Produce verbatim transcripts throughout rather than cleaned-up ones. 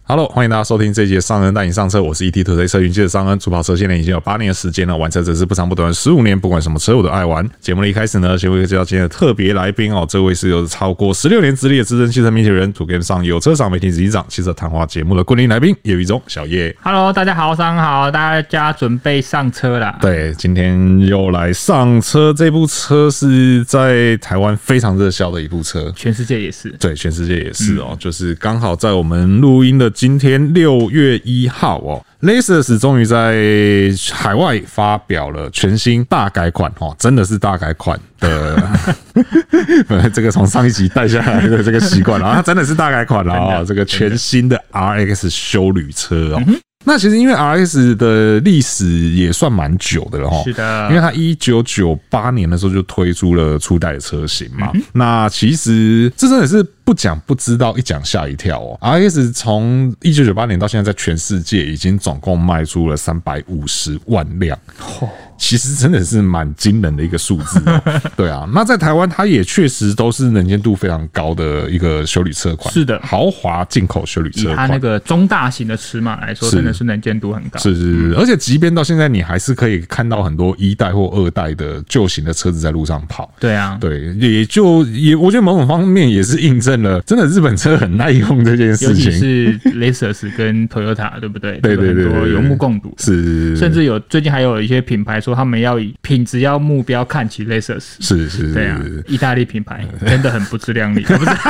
Hello， 欢迎大家收听这一节上恩带你上车，我是 E T 土 C 车云界的上恩。主跑车现在已经有八年的时间了，玩车则是不长不短十五年，不管什么车我都爱玩。节目的一开始呢，先会介绍今天的特别来宾哦，这位是有超过十六年资历的资深汽车媒体人，主跟上有车赏媒体执行长、汽车谈话节目的固定来宾叶宇中小叶。 Hello， 大家好，上恩好，大家准备上车啦。 对，今天又来上车，这部车是在台湾非常热销的一部车， 全世界也是。 对，全世界也是哦，嗯、就是刚好在我们录音的今天六月一号哦 ，Lexus 终于在海外发表了全新大改款哦，真的是大改款的，这个从上一集带下来的这个习惯了啊，它真的是大改款了啊、哦，这个全新的 R X 休旅车哦。嗯，那其实因为 R X 的历史也算蛮久的了齁， 是的， 因为它一九九八年的时候就推出了初代的车型嘛。嗯、那其实这真的是不讲不知道，一讲吓一跳哦。R X 从一九九八年到现在，在全世界已经总共卖出了三百五十万辆。哦，其实真的是蛮惊人的一个数字哦。对啊，那在台湾它也确实都是能见度非常高的一个休旅车款， 是的， 豪华进口休旅车款。 以它那个中大型的尺码来说，真的是能见度很高。 是是是，嗯、而且即便到现在，你还是可以看到很多一代或二代的旧型的车子在路上跑。 对啊， 对，也就也我觉得某种方面也是印证了，真的日本车很耐用这件事情。 尤其是 Lexus 跟 Toyota， 对不对？ 对对对，很多有目共睹。 是， 甚至有最近还有一些品牌说他们要以品质要目标看齐 Lexus。 是是， 对啊，意大利品牌真的很不自量力。不是，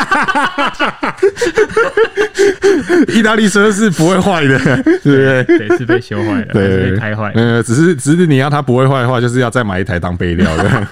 意大利车是不会坏的，对不对？ 对，是被修坏了，对，是被开坏。 呃，只是只是你要它不会坏的话，就是要再买一台当备料的。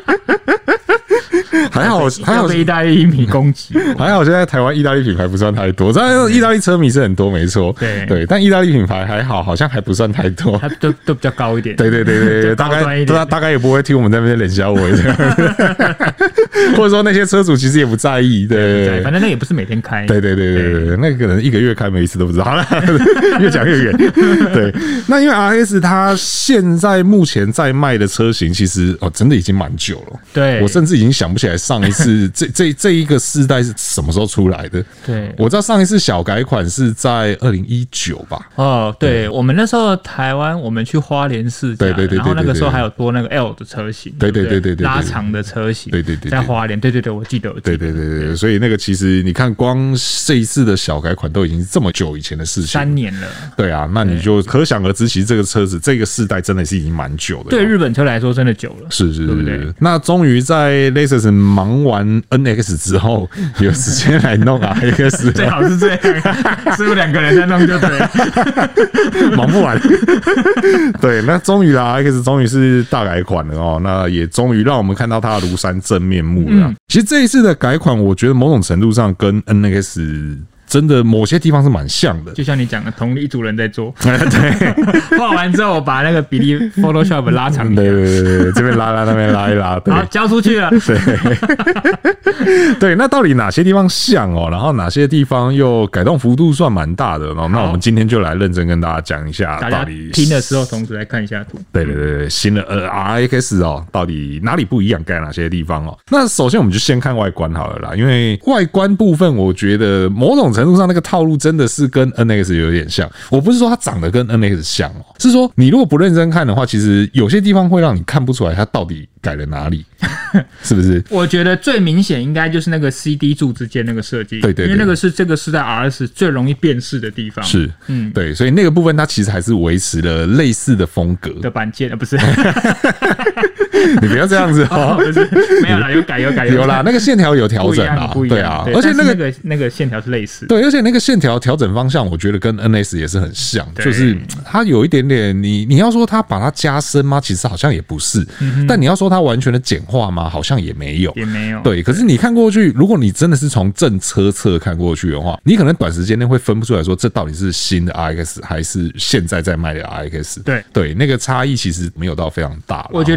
还好，还好被意大利迷攻击。 还好，现在台湾意大利品牌不算太多，但意大利车迷是很多，没错。 对对，但意大利品牌还好，好像还不算太多， 它都都比较高一点。 对对对对对，大概大大概也不会听我们在那边冷笑我这样，或者说那些车主其实也不在意，对， 反正那也不是每天开。 对对对对对，那可能一个月开每一次都不知道。好了，越讲越远。对，那因为 R S 它现在目前在卖的车型，其实哦真的已经蛮久了。 对， 我甚至已经想不起来上一次这这这一个世代是什么时候出来的。 对， 我知道上一次小改款是在二零一九吧。 哦，对，我们那时候台湾我们去花莲试驾， 对对对， 然后那个时候还有多那个 L 的车型， 对对对对对， 拉长的车型， 对对对， 在花莲，对对对，我记得， 对对对对，所以那个其实你看，光这一次的小改款都已经是这么久以前的事情， 三年了。对啊，那你就可想而知，其实这个车子这个世代真的是已经蛮久的， 对日本车来说真的久了， 是是是，对不对？那终于在 Lexus 忙完 N X 之后，有时间来弄 R X， 最好是这样，是不是两个人在弄就对了， 忙不完。对，那终于 R X 终于是大改款了哦，那也终于让我们看到它的庐山真面目了。嗯、其实这一次的改款，我觉得某种程度上跟 N X真的某些地方是蛮像的， 就像你讲的，同一组人在做。对，画完之后我把那个比例 Photoshop 拉长一点， 对对对对，这边拉拉，那边拉一拉， 好，交出去了。 对，对，那到底哪些地方像哦？然后哪些地方又改动幅度算蛮大的？那我们今天就来认真跟大家讲一下，到底听的时候同时来看一下图。 对对对对，新的呃 R X 哦，到底哪里不一样？改哪些地方哦？那首先我们就先看外观好了啦，因为外观部分，我觉得某种程度上那个套路真的是跟 N X 有点像。我不是说它长得跟 N X 像哦，是说你如果不认真看的话，其实有些地方会让你看不出来它到底改了哪里，是不是？ 我觉得最明显应该就是那个 C D 柱之间那个设计， 对 对, 对， 因为那个是这个时代 R S 最容易辨识的地方。 是，嗯，对，所以那个部分它其实还是维持了类似的风格的板件，呃，不是。 你不要这样子哦， 不是，没有啦，有改有改有啦，那个线条有调整啦，对啊，而且那个那个那个线条是类似， 对，而且那个线条调整方向，我觉得跟 N S 也是很像，就是它有一点点，你你要说它把它加深吗？其实好像也不是，嗯、但你要说它完全的简化吗？好像也没有， 也没有。 对，可是你看过去，如果你真的是从正车侧看过去的话，你可能短时间内会分不出来说这到底是新的 R X 还是现在在卖的 R X。 对对，那个差异其实没有到非常大。 我觉得最好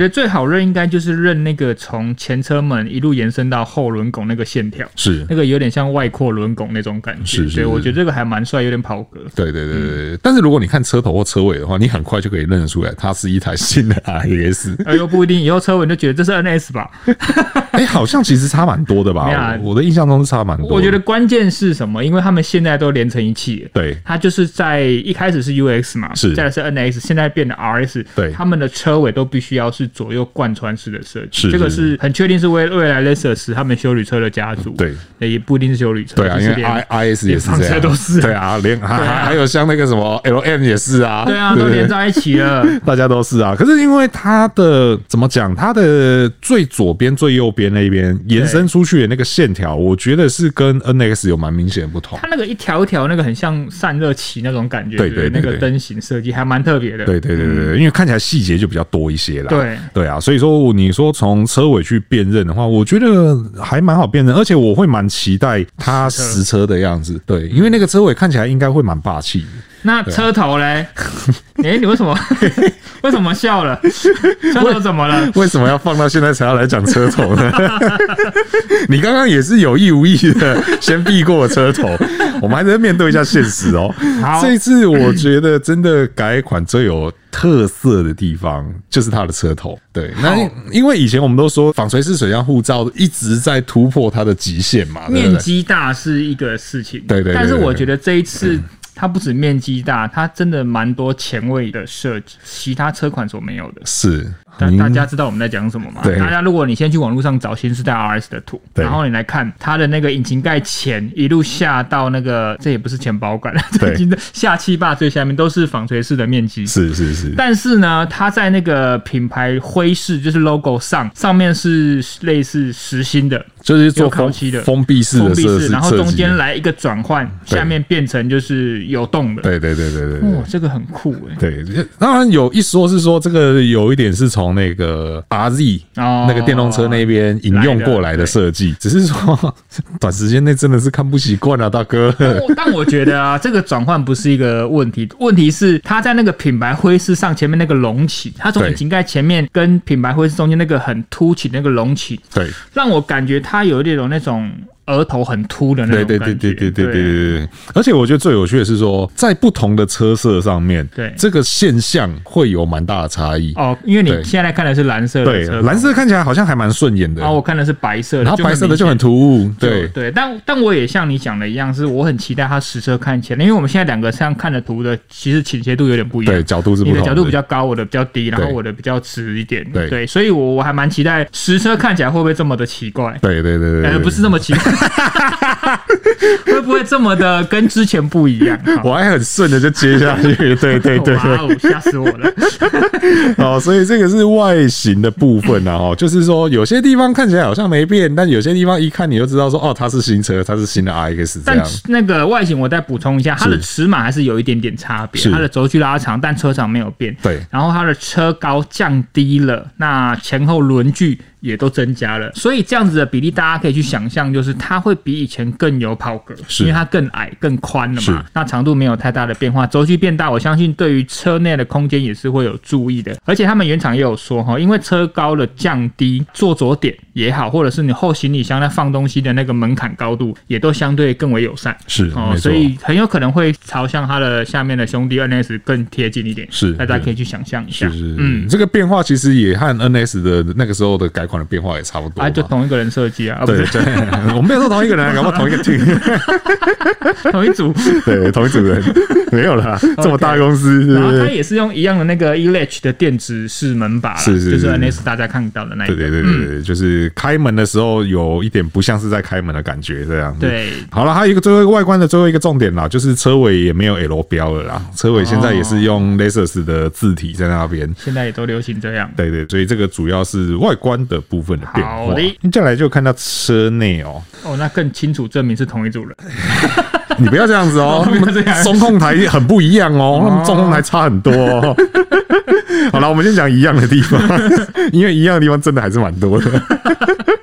认应该就是认那个从前车门一路延伸到后轮拱那个线条， 是那个有点像外扩轮拱那种感觉。 是是是， 对，我觉得这个还蛮帅，有点跑格。 对对对对、嗯、但是如果你看车头或车尾的话，你很快就可以认得出来，它是一台新的 R X。哎呦，不一定，以后车尾就觉得这是 N S 吧？ 哎、欸，好像其实差蛮多的吧？啊、我, 我的印象中是差蛮多的。 我觉得关键是什么？因为他们现在都连成一气了。 对， 它就是在一开始是 U X 嘛， 是， 再来是 N X， 现在变成 R S。 对， 他们的车尾都必须要是左右贯穿式的设计， 是， 这个是很确定是为未来 Lexus 他们休旅车的家族。 对， 也不一定是休旅车。 对啊，因为 I I S 也是这样， 都是。 对啊，连还、啊、还有像那个什么 L M 也是啊。 对啊，都连在一起了。 大家都是啊，可是因为它的怎么讲，它的最左边、最右边那边延伸出去的那个线条，我觉得是跟 N X 有蛮明显的不同。 它那个一条一条，那个很像散热旗那种感觉， 对 对, 对, 对， 那个灯型设计还蛮特别的。 对对对对对，因为看起来细节就比较多一些啦。 对对啊，所以说你说从车尾去辨认的话，我觉得还蛮好辨认，而且我会蛮期待它实车的样子。对，因为那个车尾看起来应该会蛮霸气的。 那车头嘞？哎、欸，你为什么为什么笑了？车头怎么了？ 为什么要放到现在才要来讲车头呢？你刚刚也是有意无意的先避过车头，我们还是面对一下现实哦。这一次我觉得真的改款最有特色的地方就是它的车头。对，那因为以前我们都说纺锤式水箱护罩一直在突破它的极限嘛， 面积大是一个事情， 对 对, 对, 对, 对, 对， 但是我觉得这一次、嗯。它不止面积大，它真的蛮多前卫的设计，其他车款所没有的。 是， 但大家知道我们在讲什么吗？大家如果你先去网络上找新世代 R S 的图，然后你来看它的那个引擎盖前一路下到那个，这也不是前保杆，这已经下气坝最下面都是纺锤式的面积。 是是是。 但是呢，它在那个品牌徽饰就是 logo 上，上面是类似实心的。 就是做封的封闭式的设计， 然后中间来一个转换，下面变成就是有洞的。 对对对对对， 哇，这个很酷哎。 对，当然有一说是说这个有一点是从那个 R Z、哦、那个电动车那边引用过来的设计，只是说短时间内真的是看不习惯啊，大哥。 但我, 但我觉得啊，这个转换不是一个问题，问题是它在那个品牌徽饰上前面那个隆起，它从引擎盖前面跟品牌徽饰中间那个很凸起那个隆起， 对， 让我感觉它有一种那种额头很凸的那种感觉。 对对对对对对对对对。而且我觉得最有趣的是说，在不同的车色上面， 对这个现象会有蛮大的差异。 哦，因为你现在看的是蓝色的车， 对，蓝色看起来好像还蛮顺眼的。 然后我看的是白色的， 然后白色的就很突兀。对对，但但我也像你讲的一样，是我很期待它实车看起来，因为我们现在两个这样看的图的，其实倾斜度有点不一样， 对，角度是不同的。 你的角度比较高，我的比较低，然后我的比较直一点。对对，所以我我还蛮期待实车看起来会不会这么的奇怪？ 对对对对， 呃，不是这么奇怪。会不会这么的跟之前不一样？ 我还很顺的就接下去，对对对， 哇哦，吓死我了！ 哦，所以这个是外形的部分啊，哦，就是说有些地方看起来好像没变，但有些地方一看你就知道说，哦，它是新车，它是新的 R X 这样。 但那个外形我再补充一下，它的尺码还是有一点点差别，它的轴距拉长，但车长没有变。 对， 然后它的车高降低了，那前后轮距也都增加了，所以这样子的比例大家可以去想象，就是它会比以前更有跑格，因为它更矮更宽了嘛，那长度没有太大的变化，轴距变大，我相信对于车内的空间也是会有注意的。而且他们原厂也有说，因为车高的降低，坐着点也好，或者是你后行李箱在放东西的那个门槛高度也都相对更为友善， 是哦， 所以很有可能会朝向它的下面的兄弟 N S 更贴近一点， 是大家可以去想象一下。 是是，嗯，这个变化其实也和 N S 的那个时候的改款的变化也差不多啊， 就同一个人设计啊， 对对，我没有说同一个人，搞不好同一个 team， 同一组， 对，同一组人，没有啦，这么大公司， 然后它也是用一样的那个 E-Latch 的电子式门把， 是是， 就是 N S 大家看到的那一个， 对对对对，就是开门的时候有一点不像是在开门的感觉，这样子。 对， 好了，还有一个最后一个外观的最后一个重点啦，就是车尾也没有 L 标了啦，车尾现在也是用 Lexus 的字体在那边， 现在也都流行这样。 对对，所以这个主要是外观的部分的变化。 好的， 接下来就看到车内哦， 哦，那更清楚证明是同一组人。 你不要这样子哦，中控台很不一样哦，他们中控台差很多哦。好了，我们先讲一样的地方，因为一样的地方真的还是蛮多的。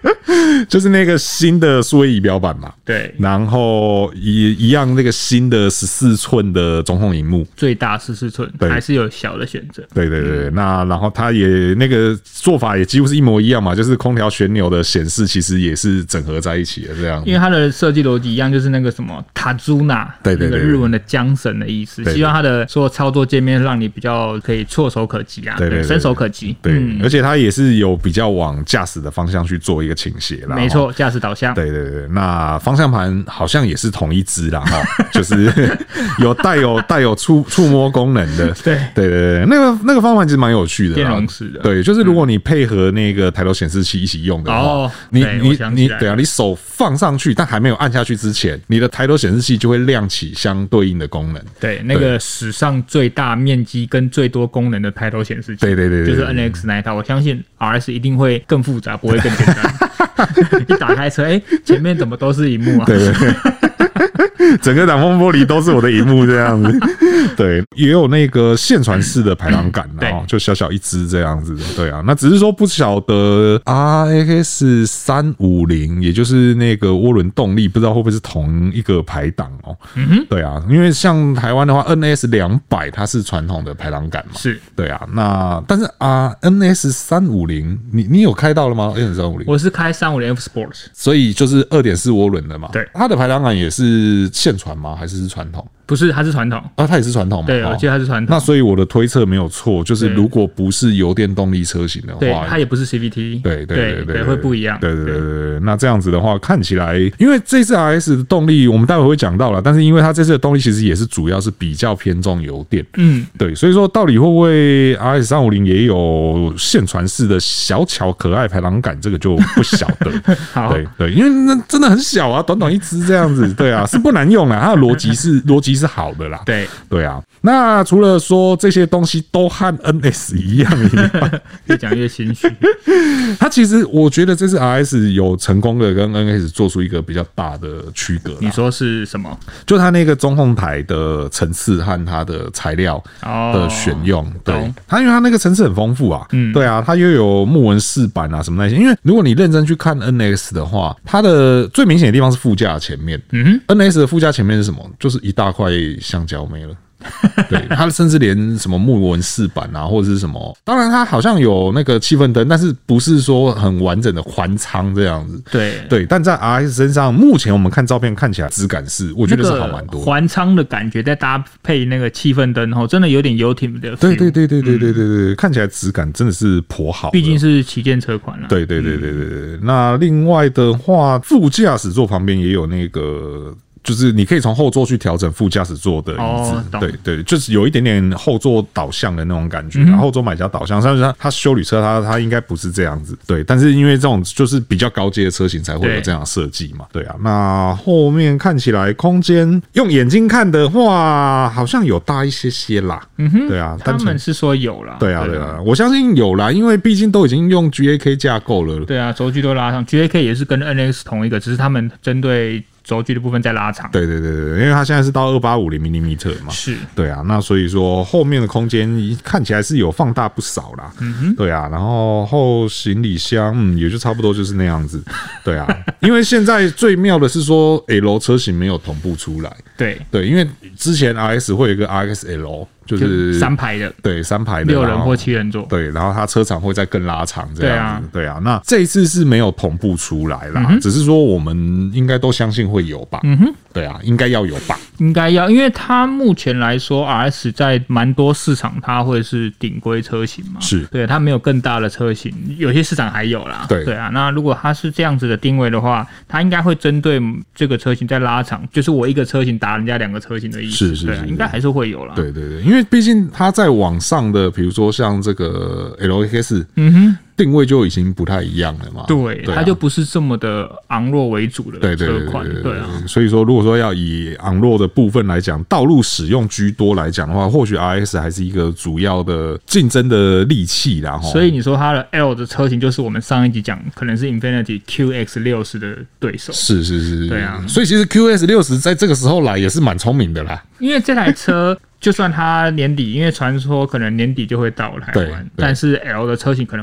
就是那个新的数位仪表板嘛， 对， 然后一一样那个新的十四寸的中控萤幕， 最大十四寸，还是有小的选择。 对对对，嗯、那然后它也那个做法也几乎是一模一样嘛，就是空调旋钮的显示其实也是整合在一起的这样。 因为它的设计逻辑一样，就是那个什么塔朱纳，对对对，那个日文的缰绳的意思，希望它的所有操作界面让你比较可以措手可及啊，对对，伸手可及。 对，嗯、而且它也是有比较往驾驶的方向去做一个倾斜啦。 没错，驾驶导向。 对对对，那方向盘好像也是同一支啦，哈，就是有带有带有触触摸功能的。对对对对，那个那个方向盘其实蛮有趣的， 电容式的。 对，就是如果你配合那个抬头显示器一起用的话，哦、你你你对啊，你手放上去，但还没有按下去之前，你的抬头显示器就会亮起相对应的功能。 对，那个史上最大面积跟最多功能的抬头显示器， 对对对， 就是 N X 那一套。我相信 R S 一定会更复杂，不会更简单。一打开车，哎、欸，前面怎么都是萤幕啊？对对对。 整个挡风玻璃都是我的萤幕这样子，对，也有那个线传式的排挡杆，然后就小小一支这样子，对啊，那只是说不晓得 R X 三五零，也就是那个涡轮动力，不知道会不会是同一个排挡哦？嗯哼，对啊，因为像台湾的话 ，N S 两百它是传统的排挡杆嘛， 是， 对啊，那但是啊 ，N S 三五零，你你有开到了吗 ？N S 三五零， 我是开三五零 F Sports， 所以就是二点四涡轮的嘛， 对， 它的排挡杆也是现传吗？还是是传统？ 不是，它是传统啊，它也是传统嘛。 对，我记得它是传统。 那所以我的推测没有错，就是如果不是油电动力车型的话， 对，它也不是 C V T， 对对对对， 会不一样。 对对对对，那这样子的话，看起来，因为这次 R S 的动力，我们待会会讲到了，但是因为它这次的动力其实也是主要是比较偏重油电，嗯，对，所以说到底会不会 R S 三五零也有线传式的小巧可爱排挡杆，这个就不晓得。 好， 对对，因为那真的很小啊，短短一支这样子，对啊，是不难用啊，它的逻辑是逻辑是好的啦。 对。 对啊，那除了说这些东西都和 N S 一样以外， 越讲越心虚。 它其实我觉得这次 R S 有成功的跟 N S 做出一个比较大的区隔。 你说是什么？ 就它那个中控台的层次和它的材料的选用，哦、对它，因为它那个层次很丰富啊，嗯，对啊，它又有木纹饰板啊什么那些。因为如果你认真去看 N S 的话，它的最明显的地方是副驾前面，嗯哼 ，N S 的副驾前面是什么？就是一大块橡胶没了。对，它甚至连什么木纹饰板啊，或者是什么，当然它好像有那个气氛灯，但是不是说很完整的环舱这样子。 对对，但在 R S 身上，目前我们看照片看起来质感是，我觉得是好蛮多。 环舱的感觉再搭配那个气氛灯后，真的有点游艇的 feel。 对对对对对对对对，看起来质感真的是颇好。 毕竟是旗舰车款了。 对对对对对对。那另外的话，副驾驶座旁边也有那个。就是你可以从后座去调整副驾驶座的椅子，哦、对对，就是有一点点后座导向的那种感觉，嗯、然后后座买家导向，但是它它休旅车它它应该不是这样子，对，但是因为这种就是比较高阶的车型才会有这样的设计嘛，对啊，那后面看起来空间用眼睛看的话，好像有大一些些啦，嗯哼，对啊， 他们是说有啦， 对啊对啊，我相信有啦，因为毕竟都已经用 G A K 架构了， 对啊，轴距都拉上 ，G A K 也是跟 N X 同一个，只是他们针对。轴距的部分在拉长， 对对对对，因为它现在是到二八五零 毫米嘛， 是， 对啊，那所以说后面的空间看起来是有放大不少啦，嗯哼，对啊，然后后行李箱，嗯，也就差不多就是那样子，对啊，因为现在最妙的是说 L 车型没有同步出来， 对对，因为之前 R S 会有一个 R X L。就是三排的， 对，三排的六人或七人座， 对，然后它车长会再更拉长这样子，对啊，对啊，那这一次是没有同步出来啦，嗯、只是说我们应该都相信会有吧，嗯哼，对啊，应该要有吧， 应该要，因为它目前来说 R S 在蛮多市场它会是顶规车型嘛， 是对，它没有更大的车型，有些市场还有啦， 对对啊，那如果它是这样子的定位的话，它应该会针对这个车型再拉长，就是我一个车型打人家两个车型的意思， 是是是， 对啊，应该还是会有啦， 对对对，因为毕竟它在网上的，比如说像这个 L X， 嗯哼。定位就已经不太一样了嘛， 对，对啊、它就不是这么的昂弱为主的车款，对对对对对对啊。 所以说，如果说要以昂弱的部分来讲，道路使用居多来讲的话，或许 R S 还是一个主要的竞争的利器啦。 所以你说它的 L 的车型就是我们上一集讲，可能是 Infiniti Q X 六十的对手， 是是是， 对啊。 所以其实 Q X 六十在这个时候来也是蛮聪明的啦， 因为这台车。就算它年底，因为传说可能年底就会到台湾，但是 L 的车型可能不会这么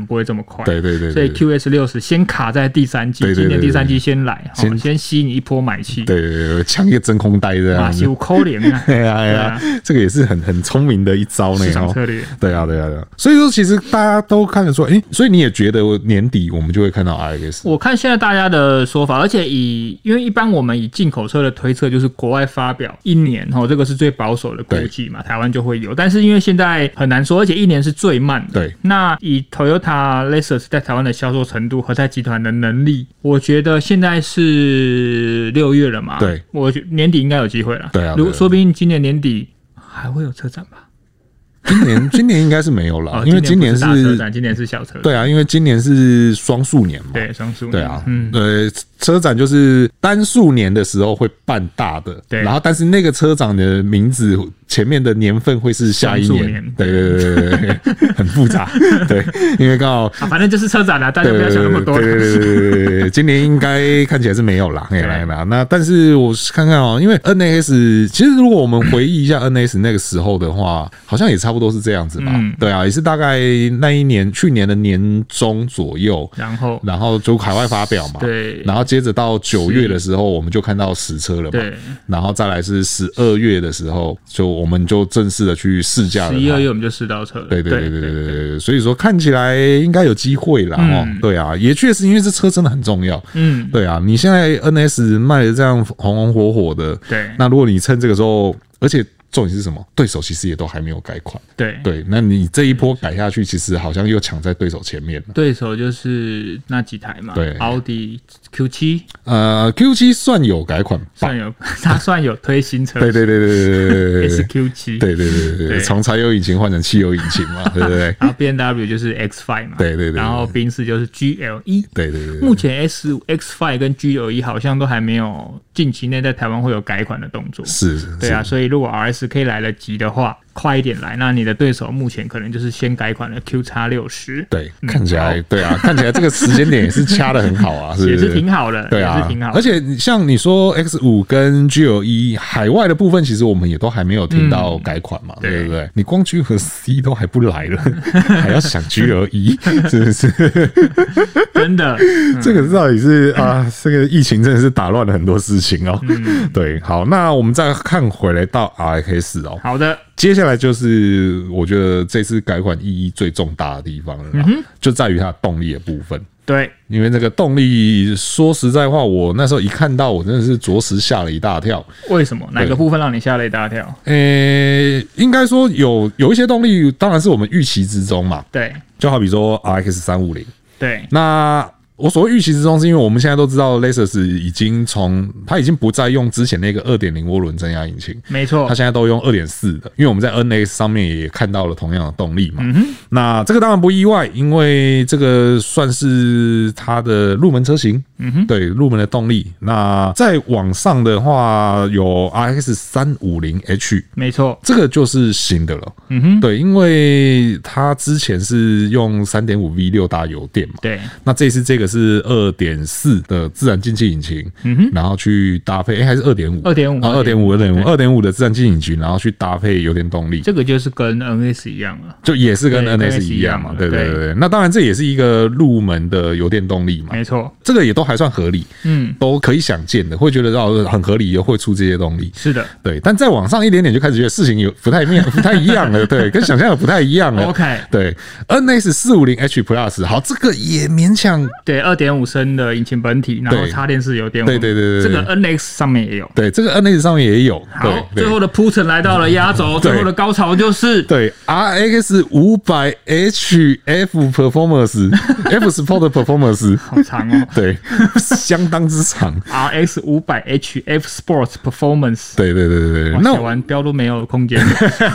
快。 对对 对, 对， 所以 Q S 六十先卡在第三季， 对对对对， 今年第三季先来， 先先吸你一波买气。 对对对，抢一个真空带这样子。 有可能啊， 对啊对啊，这个也是很很聪明的一招呢， 市场策略。 对啊对啊对啊，所以说其实大家都看得出来，哎、欸，所以你也觉得年底我们就会看到 R X？ 我看现在大家的说法，而且以因为一般我们以进口车的推测就是国外发表一年哦，这个是最保守的估计嘛，台湾就会有，但是因为现在很难说，而且一年是最慢的。 对， 那以 Toyota、Lexus 在台湾的销售程度，和泰集团的能力，我觉得现在是六月了嘛， 对， 我觉得年底应该有机会了。 对啊， 如果说不定今年年底还会有车展吧。 今年今年应该是没有了、 哦， 因为今年是大车展，今年是小车展。 对啊，因为今年是双数年嘛。 对，双数年。 对啊， 嗯， 呃，车展就是单数年的时候会办大的， 对。 然后但是那个车长的名字前面的年份会是下一年， 年对对对对对，很复杂。对，因为刚好、 啊，反正就是车展啦，大家不要想那么多。 对对对对对对，今年应该看起来是没有啦，没来啦。那但是我看看哦、喔，因为 N A S 其实如果我们回忆一下 N A S 那个时候的话，好像也差不多是这样子吧。嗯、对啊，也是大概那一年去年的年中左右， 然后然后就海外发表嘛， 对， 然后接着到九月的时候，我们就看到实车了嘛， 对， 然后再来是十二月的时候，就我们就正式的去试驾了， 十一二月我们就试到车了， 对对对对对对对对，所以说看起来应该有机会啦，哦、嗯，对啊，也确实因为这车真的很重要，嗯，对啊，你现在 N S 卖的这样红红火火的， 对， 那如果你趁这个时候，而且重点是什么？对手其实也都还没有改款， 对对，那你这一波改下去，其实好像又抢在对手前面了。 对手就是那几台嘛，对，奥迪 Q 七， 呃 ，Q 七算有改款吧， 算有，它算有推新车， 对对对对对对对 ，S Q 七， 对对对对对，从柴油引擎换成汽油引擎嘛，对不对？ 然后 B M W 就是 X 五 嘛， 对对对， 然后宾士就是 G L E， 对对对， 目前 S X 五 跟 G L E 好像都还没有近期内在台湾会有改款的动作， 是， 对啊，所以如果 R S 可以来得及的话，快一点来，那你的对手目前可能就是先改款的 Q X 六十， 对，看起来、嗯、对啊，看起来这个时间点也是掐得很好啊，是不是？ 也是挺好的， 对啊， 也是挺好的。 而且像你说 X 五 跟 G L E 海外的部分，其实我们也都还没有听到改款嘛，嗯、对, 对不对？你光 G L C 都还不来了，还要想 G L E， 是不是？ 真的， 嗯、这个到底是啊，这个疫情真的是打乱了很多事情哦。嗯、对，好，那我们再看回来到 R X 哦， 好的。 接下来就是我觉得这次改款意义最重大的地方了啦、嗯、就在于它的动力的部分。 对， 因为这个动力，说实在话，我那时候一看到，我真的是着实吓了一大跳。 为什么？哪个部分让你吓了一大跳？ 呃、欸，应该说有有一些动力，当然是我们预期之中嘛。 对， 就好比说 R X 三五零。 对， 那。我所谓预期之中，是因为我们现在都知道 Lexus 已经从它已经不再用之前那个 二点零 涡轮增压引擎， 没错， 它现在都用 二点四 的，因为我们在 N A S 上面也看到了同样的动力嘛。嗯、那这个当然不意外，因为这个算是它的入门车型，嗯、对入门的动力。那在往上的话，有 R X 三五零 H， 没错， 这个就是新的了。嗯哼，对，因为它之前是用 三点五 V 六 大油电嘛， 对， 那这次这个是 二点四 的自然进气引擎，嗯哼，然后去搭配，哎、欸，还是 二点五， 二点五， 二点五， 二点五， 二点五的自然进气引擎，然后去搭配油电动力， 这个就是跟 N S 一样了， 就也是跟 N S 一样嘛，对对对对。那当然这也是一个入门的油电动力嘛， 没错， 这个也都还算合理，嗯，都可以想见的，会觉得到很合理，又会出这些动力， 是的， 对。但再往上一点点，就开始觉得事情有不太面不太一样了，对，跟想象的不太一样了。 OK， 对 ，N S 四五零 H Plus， 好，这个也勉强， 对， 二点五 升的引擎本体，然后插电式油电， 对对对对， 这个 N X 上面也有， 对，这个 N X 上面也有。 好，最后的铺陈来到了压轴，最后的高潮就是对 R X 五百 H F Performance，F Sport Performance， 好长哦， 对，相当之长。 R X 五百 H F Sport Performance， 对对对对对， 那写完标都没有空间。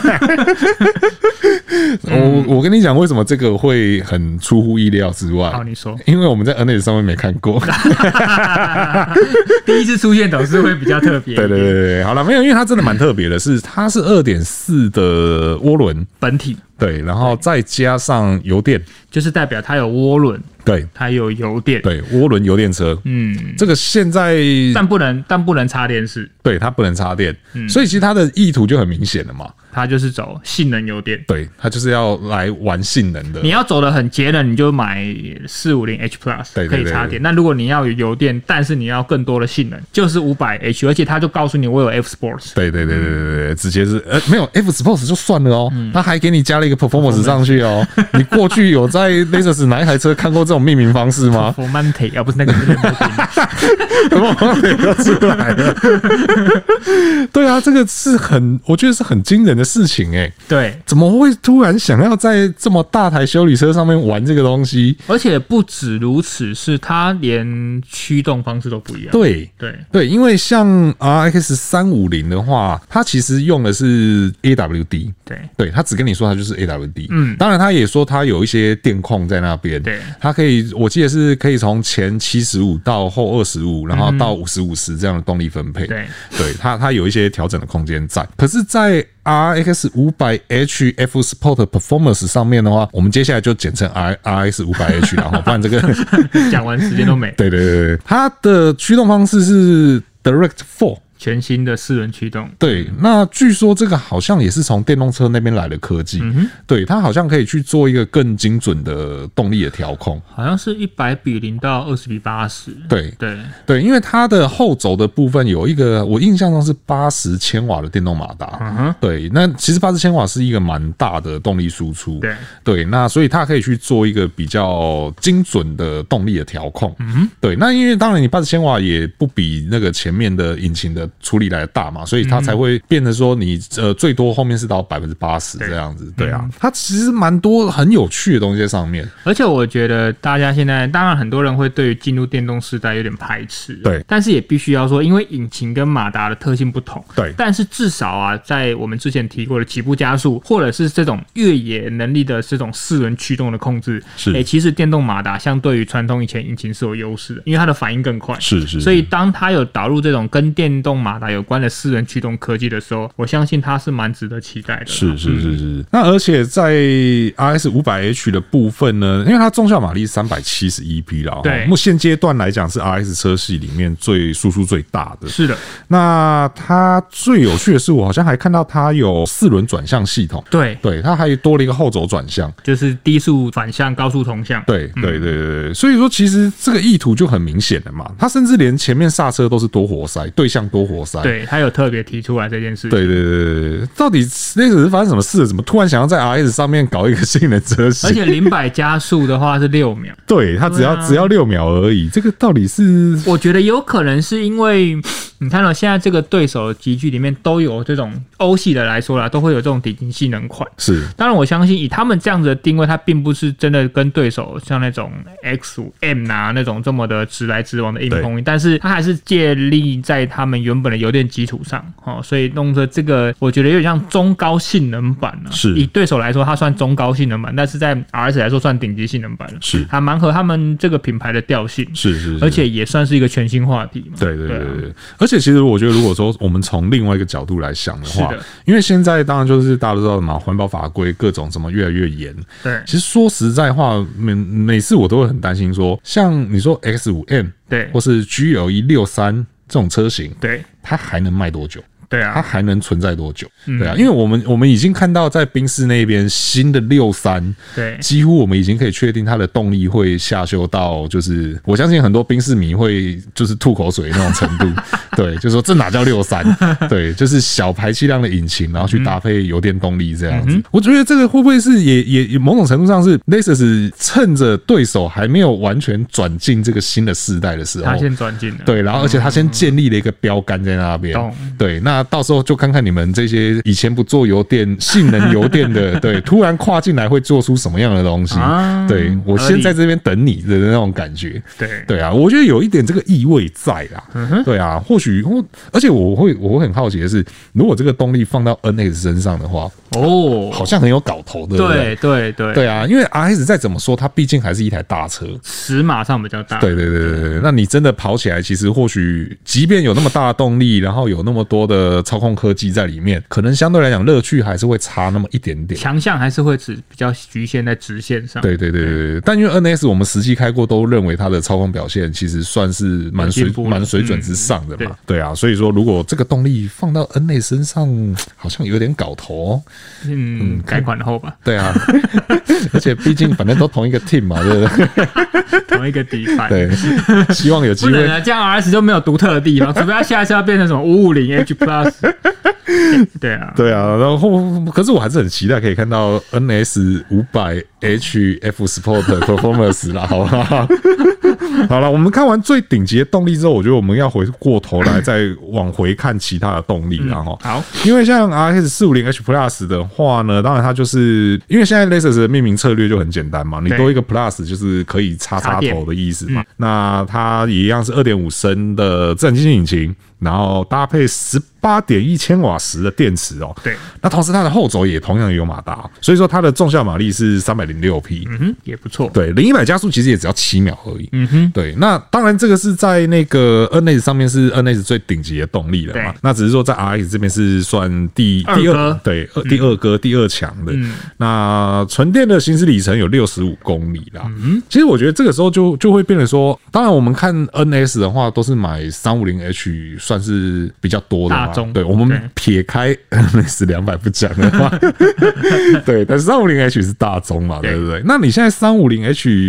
我我跟你讲，为什么这个会很出乎意料之外？ 好，你说， 因为我们在 N S 上面没看过， 第一次出现总是会比较特别。 对对对对，好了，没有，因为它真的蛮特别的是，是它是 二点四 的涡轮本体， 对，然后再加上油电， 就是代表它有涡轮， 对， 它有油电， 对，涡轮油电车，嗯，这个现在但不能但不能插电式。 对，它不能插电，嗯、所以其实它的意图就很明显了嘛。 它就是走性能油电， 对，它就是要来玩性能的。 你要走的很节能，你就买四五零 H Plus 可以插电。那如果你要有油电，但是你要更多的性能，就是五百 H， 而且它就告诉你我有 F Sports。 对对对对对对，直接是呃没有 F Sports 就算了哦，嗯、它还给你加了一个 Performance 上去哦。你过去有在 Lexus 哪一台车看过这种命名方式吗 ？Performante 啊，不是那个 Performante 要出来了。对啊，这个是很，我觉得是很惊人的事情哎、欸。 对， 怎么会突然想要在这么大台休旅车上面玩这个东西？ 而且不止如此，是它连驱动方式都不一样。 对对对，因为像 R X 三五零的话，它其实用的是 A W D。 对对，它只跟你说它就是 A W D。 嗯， 当然它也说它有一些电控在那边。 对， 它可以，我记得是可以从前七十五到后二十五，然后到五十五十这样的动力分配。 对， 对，它它有一些调整的空间在。可是，在 R X 五百 H F Sport Performance 上面的话，我们接下来就简称 R RX 五百 H 然后不然这个讲完时间都没。 对对对对，它的驱动方式是 Direct Four。 全新的四轮驱动， 对，那据说这个好像也是从电动车那边来的科技，嗯、对，它好像可以去做一个更精准的动力的调控， 好像是一百比零到二十比八十， 对对对，因为它的后轴的部分有一个，我印象中是八十千瓦的电动马达，嗯、对，那其实八十千瓦是一个蛮大的动力输出， 对对，那所以它可以去做一个比较精准的动力的调控，嗯、对，那因为当然你八十千瓦也不比那个前面的引擎的处理来的大嘛，所以它才会变成说你呃最多后面是到百分之八十这样子，对啊，它其实蛮多很有趣的东西在上面。 而且我觉得大家现在当然很多人会对于进入电动时代有点排斥， 对， 但是也必须要说，因为引擎跟马达的特性不同， 对， 但是至少啊，在我们之前提过的起步加速，或者是这种越野能力的这种四轮驱动的控制， 是， 欸、其实电动马达相对于传统以前引擎是有优势的，因为它的反应更快， 是 是, 是，所以当它有导入这种跟电动马达有关的四轮驱动科技的时候，我相信它是蛮值得期待的。 是是是是。嗯、那而且在 R S 五百 H 的部分呢，因为它中效马力是三百七十一匹啦， 对， 目现阶段来讲是 R S 车系里面最输出最大的。 是的。 那它最有趣的是，我好像还看到它有四轮转向系统。 对对，它还多了一个后轴转向， 就是低速反向、高速同向。 对对对对对，所以说其实这个意图就很明显了嘛。它甚至连前面刹车都是多活塞，对向多活塞。 对，他有特别提出来这件事情。 对对对对，到底那个是发生什么事？怎么突然想要在 R S 上面搞一个性能车型？ 而且零百加速的话是六秒， 对，它只要、啊、只要六秒而已。这个到底是？ 我觉得有可能是因为你看到现在这个对手的集聚里面都有这种欧系的来说啦，都会有这种顶级性能款。 是， 当然我相信以他们这样子的定位，它并不是真的跟对手像那种 X 五 M 啊那种这么的直来直往的硬碰硬，但是它还是建立在他们原本的油电基础上，哦，所以弄着这个，我觉得有点像中高性能版啊。 是， 以对手来说，它算中高性能版，但是在 R S 来说算顶级性能版了。 是， 还蛮合他们这个品牌的调性。 是 是, 是， 而且也算是一个全新话题嘛。 对对对对对。而且其实我觉得，如果说我们从另外一个角度来想的话， 是的， 因为现在当然就是大家都知道嘛，环保法规各种什么越来越严。 对， 其实说实在话，每每次我都会很担心说，像你说 X 五 M， 对， 或是 G L E 六三这种车型， 对， 它还能卖多久？ 对啊， 它还能存在多久？对啊，因为我们我们已经看到在宾士那边新的六三， 对， 几乎我们已经可以确定它的动力会下修到，就是我相信很多宾士迷会就是吐口水那种程度。对，就是说这哪叫六三？对，就是小排气量的引擎，然后去搭配油电动力这样子。嗯、我觉得这个会不会是也也某种程度上是 Lexus 趁着对手还没有完全转进这个新的世代的时候， 他先转进了。 对，然后而且他先建立了一个标杆在那边。 嗯、 对，那到时候就看看你们这些以前不做油电、性能油电的，对，突然跨进来会做出什么样的东西？啊、对，我先在这边等你的那种感觉。 对， 对啊，我觉得有一点这个意味在啦。嗯、对啊，或许，而且我会我会很好奇的是，如果这个动力放到 N X 身上的话， 哦， 好像很有搞头的。 对对对对啊，因为 R S 再怎么说，它毕竟还是一台大车， 尺码上比较大。 对对对对对，那你真的跑起来，其实或许即便有那么大的动力，然后有那么多的的操控科技在里面，可能相对来讲乐趣还是会差那么一点点， 强项还是会只比较局限在直线上。 对对对对对，但因为 N S 我们实际开过，都认为它的操控表现其实算是蛮水蛮水准之上的嘛。嗯、对, 对啊，所以说如果这个动力放到 N S 身上，好像有点搞头、哦。 嗯，嗯改款后吧。 对啊，而且毕竟反正都同一个 team 嘛，对不对？ 同一个底盘。 对，希望有机会。 不能啊，这样 R S 就没有独特的地方，除非它下一次要变成什么五五零 H Plus。对啊， 对啊，然后可是我还是很期待可以看到 N S 五百 H F Sport Performance 啦，好不好？好了，我们看完最顶级的动力之后，我觉得我们要回过头来再往回看其他的动力啦、嗯、 好， 因为像 R X 四五零 H Plus 的话呢，当然它就是因为现在 Lexus 的命名策略就很简单嘛，你多一个 Plus 就是可以插插头的意思嘛。嗯、那它也一样是 二点五 升的自然进气引擎，然后搭配十八点一千瓦时的电池哦。 对， 那同时它的后轴也同样有马达，所以说它的重效马力是三百零六匹， 嗯哼，也不错。 对，零一百加速其实也只要七秒而已。 嗯哼， 对，那当然这个是在那个 N S 上面是 N S 最顶级的动力了嘛。那只是说在 R X 这边是算第第二，对，嗯、第二哥、第二强的。嗯、那纯电的行驶里程有六十五公里啦。嗯，其实我觉得这个时候就就会变成说，当然我们看 N S 的话，都是买三五零 H 算是比较多的嘛。 大众， 对，我们撇开 N S 两百不讲的话，对，但是三五零 H 是大宗嘛，对不对？那你现在三五零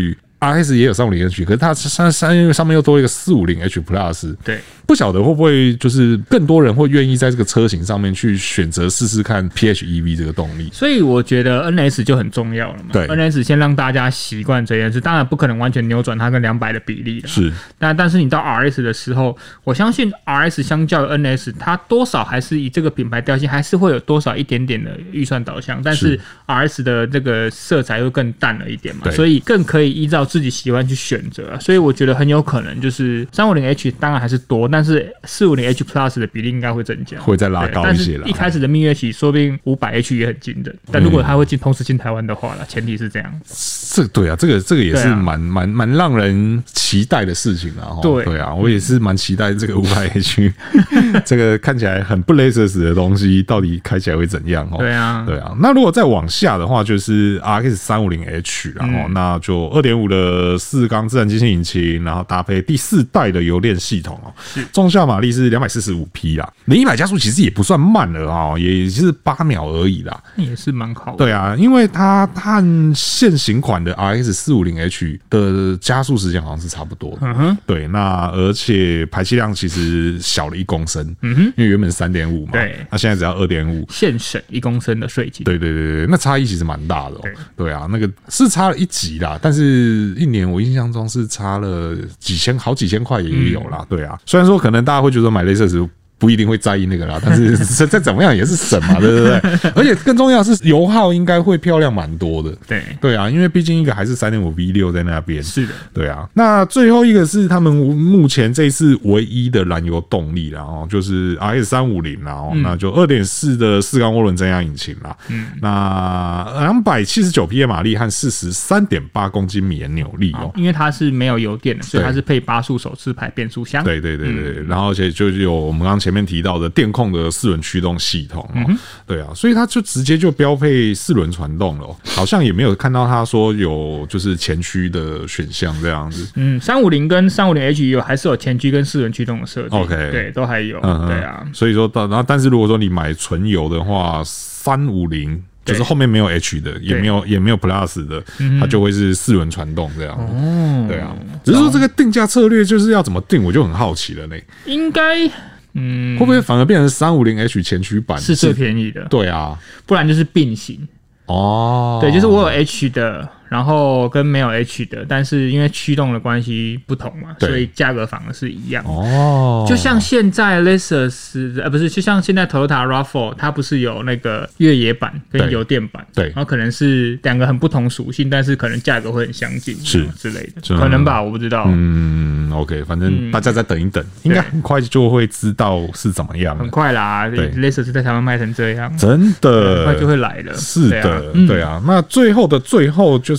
H。R S 也有三五零 H， 可是它上上上面又多一个四五零 H Plus， 对， 不晓得会不会就是更多人会愿意在这个车型上面去选择试试看 P H E V 这个动力。 所以我觉得 N S 就很重要了嘛。 对 ，N S 先让大家习惯这件事，当然不可能完全扭转它跟两百的比例了。 是， 但但是你到 R S 的时候，我相信 R S 相较于 N S， 它多少还是以这个品牌调性，还是会有多少一点点的预算导向，但是 R S 的这个色彩又更淡了一点嘛，所以更可以依照自己喜欢去选择、啊，所以我觉得很有可能就是三五零 H 当然还是多，但是四五零 H Plus 的比例应该会增加， 会再拉高一些了。 一开始的蜜月期，说不定五百 H 也很惊人，但如果它会进同时进台湾的话啦，前提是这样。 这对啊，这个这个也是蛮蛮蛮让人期待的事情啊。 对对啊，我也是蛮期待这个五百 H 这个看起来很不 Lexus 的东西，到底开起来会怎样哦？ 对啊， 对啊。那如果再往下的话，就是 R X 三五零 H 然后、嗯、那就 二点五 的四缸自然进气引擎，然后搭配第四代的油电系统哦，重效马力是两百四十五匹啦，零一百加速其实也不算慢了哦，也是八秒而已啦， 也是蛮好的。 对啊，因为它和现行款的 R X 四五零 H 的加速时间好像是差不多的。嗯哼，对，那而且排气量其实小了一公升，嗯哼，因为原本是 三点五 嘛， 对， 那现在只要 二点五， 现省一公升的税金。 对对对对，那差异其实蛮大的哦。对, 对啊，那个是差了一级啦，但是一年我印象中是差了几千，好几千块也有啦。嗯、对啊，虽然说可能大家会觉得买Lexus不一定会在意那个啦，但是再怎么样也是省嘛，对不对？而且更重要的是油耗应该会漂亮蛮多的。对对啊，因为毕竟一个还是 三点五 V 六 在那边。 是的， 对啊。那最后一个是他们目前这一次唯一的燃油动力啦，哦，就是 R X 三五零啦，哦，嗯、那就 二点四 的四缸涡轮增压引擎啦。嗯，那两百七十九匹的马力和四十三点八公斤米的扭力哦， 因为它是没有油电的，所以它是配八速手自排变速箱。 对对对对，嗯、然后而且就有我们刚刚前面提到的电控的四轮驱动系统、哦嗯、对啊，所以它就直接就标配四轮传动了、哦，好像也没有看到他说有就是前驱的选项这样子。 嗯，三五零跟三五零 H 有还是有前驱跟四轮驱动的设计。OK， 对，都还有。嗯、对啊， 所以说到然后，但是如果说你买纯油的话，三五零。就是后面没有 H 的，也没有也没有 Plus 的，它就会是四轮传动这样。哦，对啊，只是说这个定价策略就是要怎么定，我就很好奇了呢。 应该，嗯， 会不会反而变成三五零 H 前驱版是最便宜的？ 对啊， 不然就是并行。哦，对，就是我有 H 的。然后跟没有 H 的，但是因为驱动的关系不同嘛，所以价格反而是一样。哦，就像现在 Lexus 呃不是，就像现在 Toyota RAV 四，它不是有那个越野版跟油电版，对，然后可能是两个很不同属性，但是可能价格会很相近，是之类的，可能吧，我不知道。嗯 ，OK， 反正大家再等一等，应该很快就会知道是怎么样。 很快啦 ，Lexus 在台湾卖成这样， 真的， 很快就会来了。 是的，对啊。那最后的最后就是。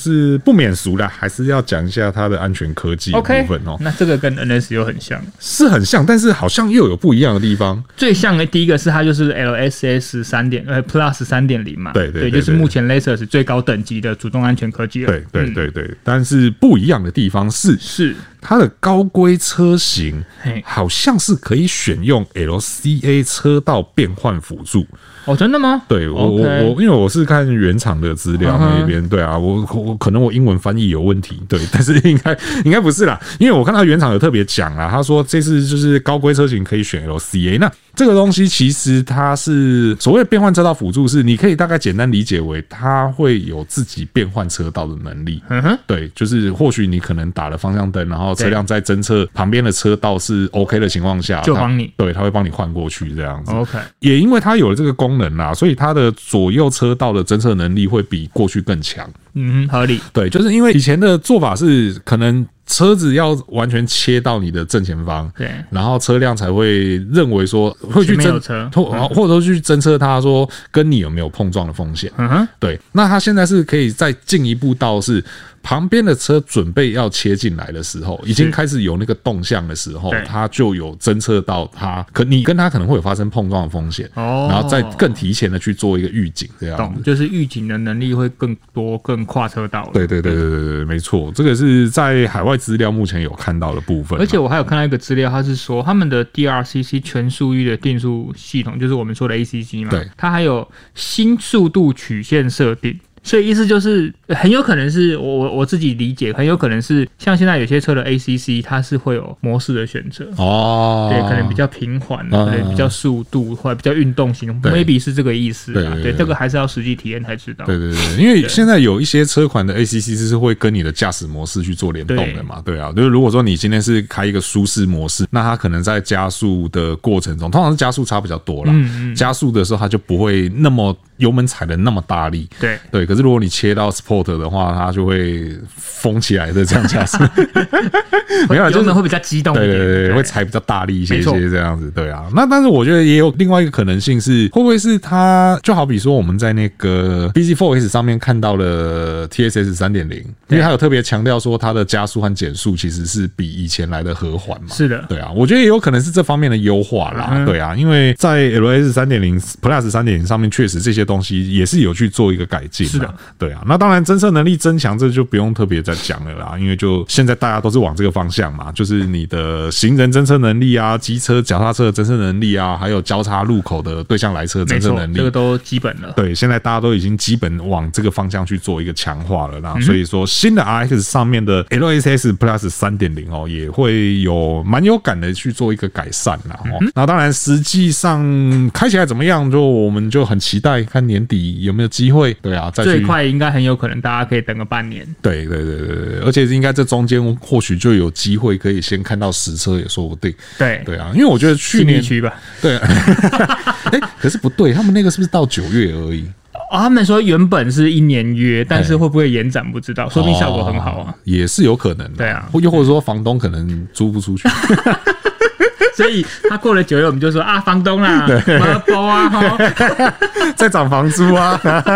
就是不免俗啦，还是要讲一下它的安全科技的部分哦。 Okay, 那这个跟 N S 又很像， 是很像，但是好像又有不一样的地方。 最像的第一个是它就是 L S S 三点呃 Plus 三点零嘛， 对对 对, 对，就是目前 Lasers 最高等级的主动安全科技了。 对对对对，嗯、但是不一样的地方是是。 它的高规车型好像是可以选用 L C A 车道变换辅助哦，真的吗？ 对我我我，因为我是看原厂的资料那边，对啊，我我可能我英文翻译有问题，对，但是应该应该不是啦，因为我看到原厂有特别讲啦，他说这次就是高规车型可以选 L C A， 那这个东西其实它是所谓变换车道辅助，是你可以大概简单理解为它会有自己变换车道的能力，嗯哼，对，就是或许你可能打了方向灯，然后车辆在侦测旁边的车道是 OK 的情况下， 就帮你， 对，它会帮你换过去这样子。 OK， 也因为它有了这个功能啦，所以它的左右车道的侦测能力会比过去更强。 嗯，合理。 对，就是因为以前的做法是可能车子要完全切到你的正前方， 对， 然后车辆才会认为说会去侦车， 或或者去侦测它说跟你有没有碰撞的风险。嗯哼，对。那它现在是可以再进一步到是旁边的车准备要切进来的时候，已经开始有那个动向的时候，它就有侦测到它可你跟它可能会有发生碰撞的风险，哦，然后再更提前的去做一个预警，这样子， 懂，就是预警的能力会更多、更跨车道了。 对对对对对对，没错，这个是在海外资料目前有看到的部分。 而且我还有看到一个资料，它是说他们的 D R C C 全速域的定速系统，就是我们说的 A C C 嘛，对，它还有新速度曲线设定。所以意思就是很有可能是我我我自己理解，很有可能是像现在有些车的 A C C 它是会有模式的选择哦，对，可能比较平缓，可能比较速度或者比较运动型 ，maybe 是这个意思啊。对，这个还是要实际体验才知道。 对对对，因为现在有一些车款的 A C C 是会跟你的驾驶模式去做联动的嘛，对啊，就是如果说你今天是开一个舒适模式，那它可能在加速的过程中，通常是加速差比较多啦，嗯嗯，加速的时候它就不会那么油门踩的那么大力，对对。可是如果你切到 Sport 的话，它就会疯起来的这样驾驶， 没有，就是会比较激动一点， 对对对，会踩比较大力一些些这样子，对啊。那但是我觉得也有另外一个可能性是，会不会是它就好比说我们在那个 B Z 四 S 上面看到了 T S S 三点零， 因为它有特别强调说它的加速和减速其实是比以前来的和缓嘛，是的，对啊。我觉得也有可能是这方面的优化啦，嗯、对啊，因为在 L S 三点零 Plus 三点零 上面确实这些东西也是有去做一个改进，是的。对啊，那当然侦测能力增强这就不用特别再讲了啦，因为就现在大家都是往这个方向嘛，就是你的行人侦测能力啊、机车、脚踏车的侦测能力啊，还有交叉路口的对向来车侦测能力，这个都基本了。 对，现在大家都已经基本往这个方向去做一个强化了啦，嗯、所以说新的 R X 上面的 L S S Plus 三点零 哦，也会有蛮有感的去做一个改善啦。哦，嗯、那当然实际上开起来怎么样，就我们就很期待看年底有没有机会。对啊，再去最快应该很有可能大家可以等个半年。 对对对对对，而且应该这中间或许就有机会可以先看到实车也说不定。对对啊，因为我觉得去年区吧， 对，哎、欸，可是不对，他们那个是不是到九月而已？ 哦，他们说原本是一年约，但是会不会延展不知道，说不定效果很好啊， 哦、也是有可能的。 对啊， 又或者说房东可能租不出去。 所以他过了九月，我们就说啊，房东啦，包包啊， 在涨房租啊，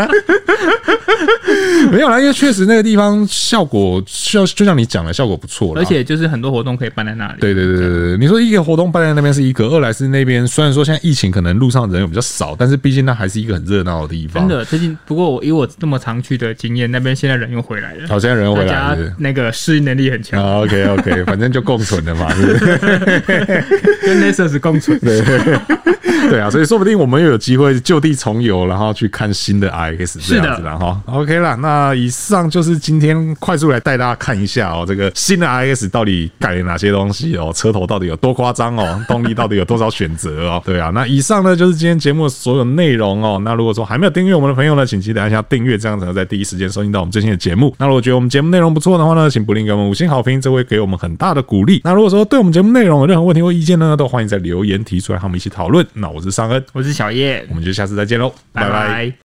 没有啦，因为确实那个地方效果，就就像你讲的，效果不错啦， 而且就是很多活动可以办在那里。 对对对对对，你说一个活动办在那边是一个，二来是那边虽然说现在疫情可能路上人有比较少，但是毕竟那还是一个很热闹的地方。 真的，最近不过我以我这么常去的经验，那边现在人又回来了。 好，现在人又回来了， 大家那个适应能力很强。 啊 ，OK OK， 反正就共存了嘛，是不是？ 跟 Lasers 共存， 对对啊，所以说不定我们又有机会就地重游，然后去看新的 R X 这样子啦哈。OK 啦，那以上就是今天快速来带大家看一下哦，这个新的 R X 到底改了哪些东西哦，车头到底有多夸张哦，动力到底有多少选择哦。对啊，那以上呢就是今天节目的所有内容哦。那如果说还没有订阅我们的朋友呢，请记得按下订阅，这样才能在第一时间收听到我们最新的节目。那如果觉得我们节目内容不错的话呢，请不吝给我们五星好评，这会给我们很大的鼓励。那如果说对我们节目内容有任何问题或意见呢，都欢迎在留言提出来，和我们一起讨论。那我是尚恩， 我是小叶， 我们就下次再见喽，拜拜。